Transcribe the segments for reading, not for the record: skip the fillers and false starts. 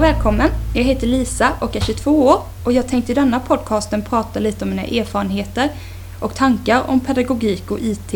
och välkommen. Jag heter Lisa och är 22 år och jag tänkte i denna podcasten prata lite om mina erfarenheter och tankar om pedagogik och IT.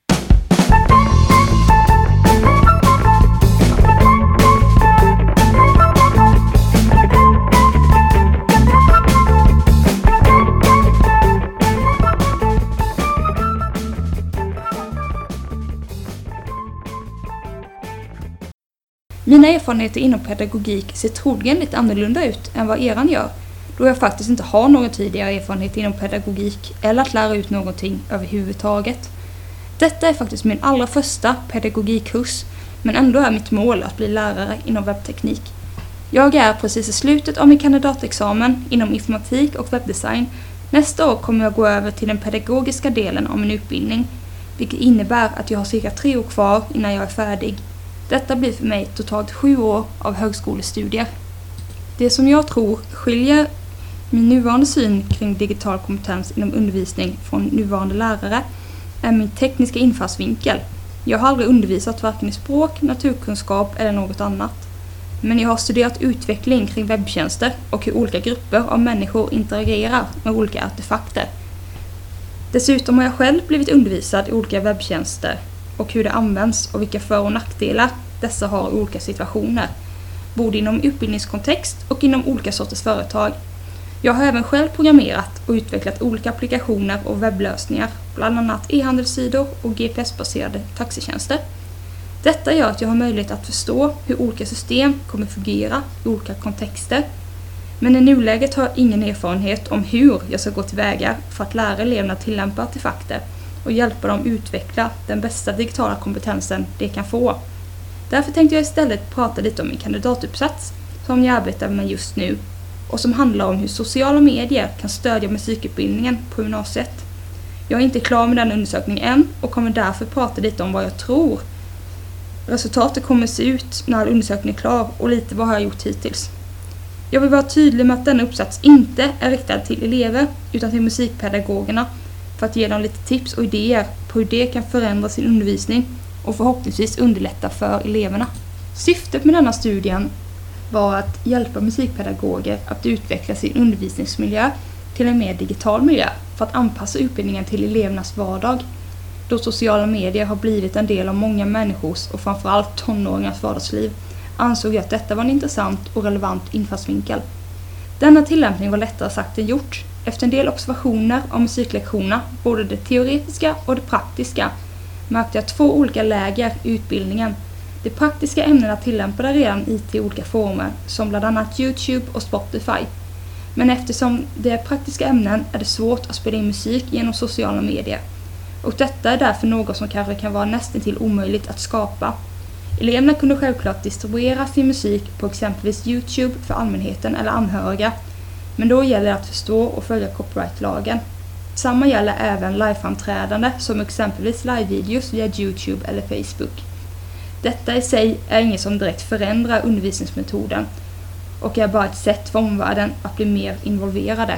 Mina erfarenheter inom pedagogik ser troligen lite annorlunda ut än vad eran gör, då jag faktiskt inte har någon tidigare erfarenhet inom pedagogik eller att lära ut någonting överhuvudtaget. Detta är faktiskt min allra första pedagogikkurs, men ändå är mitt mål att bli lärare inom webbteknik. Jag är precis i slutet av min kandidatexamen inom informatik och webbdesign. Nästa år kommer jag gå över till den pedagogiska delen av min utbildning, vilket innebär att jag har cirka 3 år kvar innan jag är färdig. Detta blir för mig totalt 7 år av högskolestudier. Det som jag tror skiljer min nuvarande syn kring digital kompetens inom undervisning från nuvarande lärare är min tekniska infallsvinkel. Jag har aldrig undervisat varken i språk, naturkunskap eller något annat. Men jag har studerat utveckling kring webbtjänster och hur olika grupper av människor interagerar med olika artefakter. Dessutom har jag själv blivit undervisad i olika webbtjänster och hur det används och vilka för- och nackdelar dessa har i olika situationer, både inom utbildningskontext och inom olika sorters företag. Jag har även själv programmerat och utvecklat olika applikationer och webblösningar, bland annat e-handelssidor och GPS-baserade taxitjänster. Detta gör att jag har möjlighet att förstå hur olika system kommer fungera i olika kontexter, men i nuläget har jag ingen erfarenhet om hur jag ska gå tillväga för att lära eleverna tillämpa artefakter och hjälpa dem utveckla den bästa digitala kompetensen de kan få. Därför tänkte jag istället prata lite om min kandidatuppsats som jag arbetar med just nu och som handlar om hur sociala medier kan stödja musikutbildningen på gymnasiet. Jag är inte klar med den undersökningen än och kommer därför prata lite om vad jag tror resultatet kommer se ut när undersökningen är klar och lite vad jag har gjort hittills. Jag vill vara tydlig med att denna uppsats inte är riktad till elever utan till musikpedagogerna, för att ge dem lite tips och idéer på hur de kan förändra sin undervisning och förhoppningsvis underlätta för eleverna. Syftet med denna studien var att hjälpa musikpedagoger att utveckla sin undervisningsmiljö till en mer digital miljö för att anpassa utbildningen till elevernas vardag, då sociala medier har blivit en del av många människors och framförallt tonåringars vardagsliv, ansåg jag att detta var en intressant och relevant infallsvinkel. Denna tillämpning var lättare sagt än gjort. Efter en del observationer av musiklektionerna, både det teoretiska och det praktiska, märkte jag 2 olika läger i utbildningen. De praktiska ämnena tillämpade redan IT i olika former, som bland annat YouTube och Spotify. Men eftersom det är praktiska ämnen är det svårt att spela in musik genom sociala medier. Och detta är därför något som kanske kan vara nästan till omöjligt att skapa. Eleverna kunde självklart distribuera sin musik på exempelvis YouTube för allmänheten eller anhöriga, men då gäller det att förstå och följa copyrightlagen. Samma gäller även liveframträdande som exempelvis livevideos via YouTube eller Facebook. Detta i sig är inget som direkt förändrar undervisningsmetoden och är bara ett sätt för omvärlden att bli mer involverade.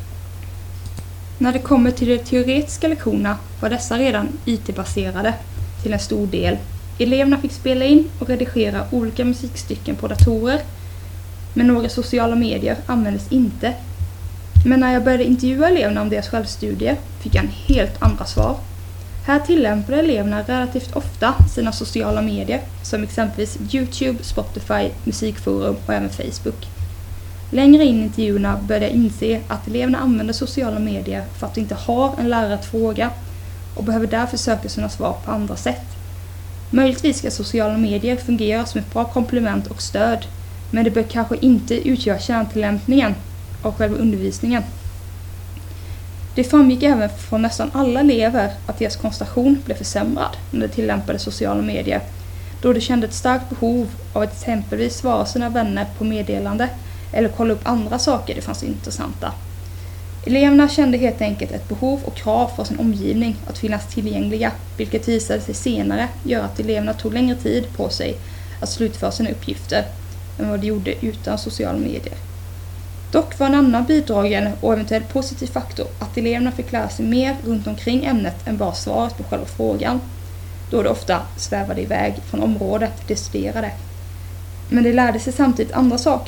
När det kommer till de teoretiska lektionerna var dessa redan IT-baserade till en stor del. Eleverna fick spela in och redigera olika musikstycken på datorer, men några sociala medier användes inte. Men när jag började intervjua eleverna om deras självstudier fick jag en helt andra svar. Här tillämpade eleverna relativt ofta sina sociala medier, som exempelvis YouTube, Spotify, musikforum och även Facebook. Längre in i intervjuerna började jag inse att eleverna använder sociala medier för att de inte har en lärare att fråga och behöver därför söka sina svar på andra sätt. Möjligtvis ska sociala medier fungera som ett bra komplement och stöd, men det bör kanske inte utgöra kärntillämpningen av själva undervisningen. Det framgick även från nästan alla elever att deras koncentration blev försämrad när de tillämpade sociala medier, då de kände ett starkt behov av att exempelvis svara sina vänner på meddelande eller kolla upp andra saker det fanns intressanta. Eleverna kände helt enkelt ett behov och krav för sin omgivning att finnas tillgängliga, vilket visade sig senare göra att eleverna tog längre tid på sig att slutföra sina uppgifter än vad de gjorde utan sociala medier. Dock var en annan bidragande och eventuellt positiv faktor att eleverna fick lära sig mer runt omkring ämnet än bara svaret på själva frågan, då de ofta svävade iväg från området de studerade. Men de lärde sig samtidigt andra saker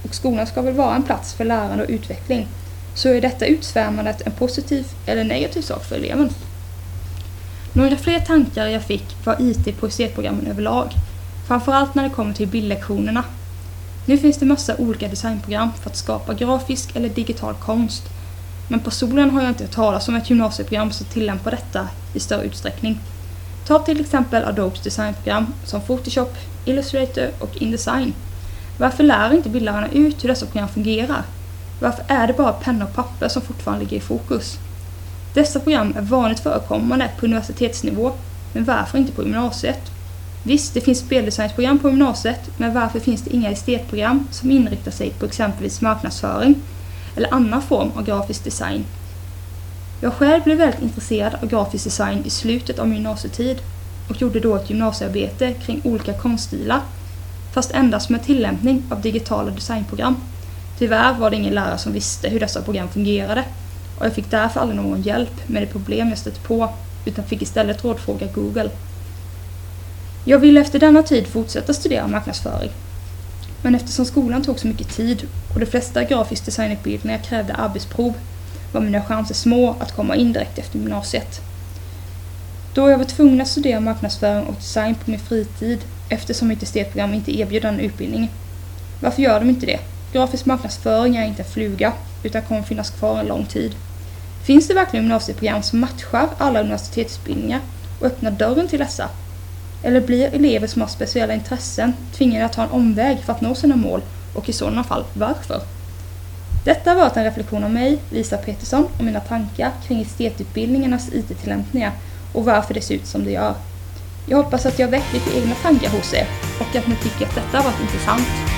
och skolan ska väl vara en plats för lärande och utveckling, så är detta utsvävandet en positiv eller negativ sak för eleven. Några fler tankar jag fick var IT på estetprogrammen överlag, framförallt när det kommer till bildlektionerna. Nu finns det massa olika designprogram för att skapa grafisk eller digital konst, men personligen har jag inte hört talas om ett gymnasieprogram som tillämpar detta i större utsträckning. Ta till exempel Adobes designprogram som Photoshop, Illustrator och InDesign. Varför lär inte bildlärarna ut hur dessa program fungerar? Varför är det bara penna och papper som fortfarande ligger i fokus? Dessa program är vanligt förekommande på universitetsnivå, men varför inte på gymnasiet? Visst, det finns speldesignsprogram på gymnasiet, men varför finns det inga estetprogram som inriktar sig på exempelvis marknadsföring eller annan form av grafisk design? Jag själv blev väldigt intresserad av grafisk design i slutet av min gymnasietid och gjorde då ett gymnasiearbete kring olika konststilar, fast endast med tillämpning av digitala designprogram. Tyvärr var det ingen lärare som visste hur dessa program fungerade, och jag fick därför aldrig någon hjälp med det problem jag stötte på, utan fick istället rådfråga Google. Jag ville efter denna tid fortsätta studera marknadsföring, men eftersom skolan tog så mycket tid och de flesta grafisk designutbildningar krävde arbetsprov var mina chanser små att komma in direkt efter gymnasiet. Då jag var tvungen att studera marknadsföring och design på min fritid eftersom mitt estetprogram inte erbjuder en utbildning. Varför gör de inte det? Grafisk marknadsföring är inte en fluga utan kommer finnas kvar en lång tid. Finns det verkligen gymnasieprogram som matchar alla universitetsutbildningar och öppnar dörren till dessa? Eller blir elever som har speciella intressen tvingade att ta en omväg för att nå sina mål, och i sådana fall varför? Detta har varit en reflektion av mig, Lisa Petersson, och mina tankar kring estetutbildningarnas IT-tillämpningar och varför det ser ut som det gör. Jag hoppas att jag väckt lite egna tankar hos er och att ni tycker att detta har varit intressant.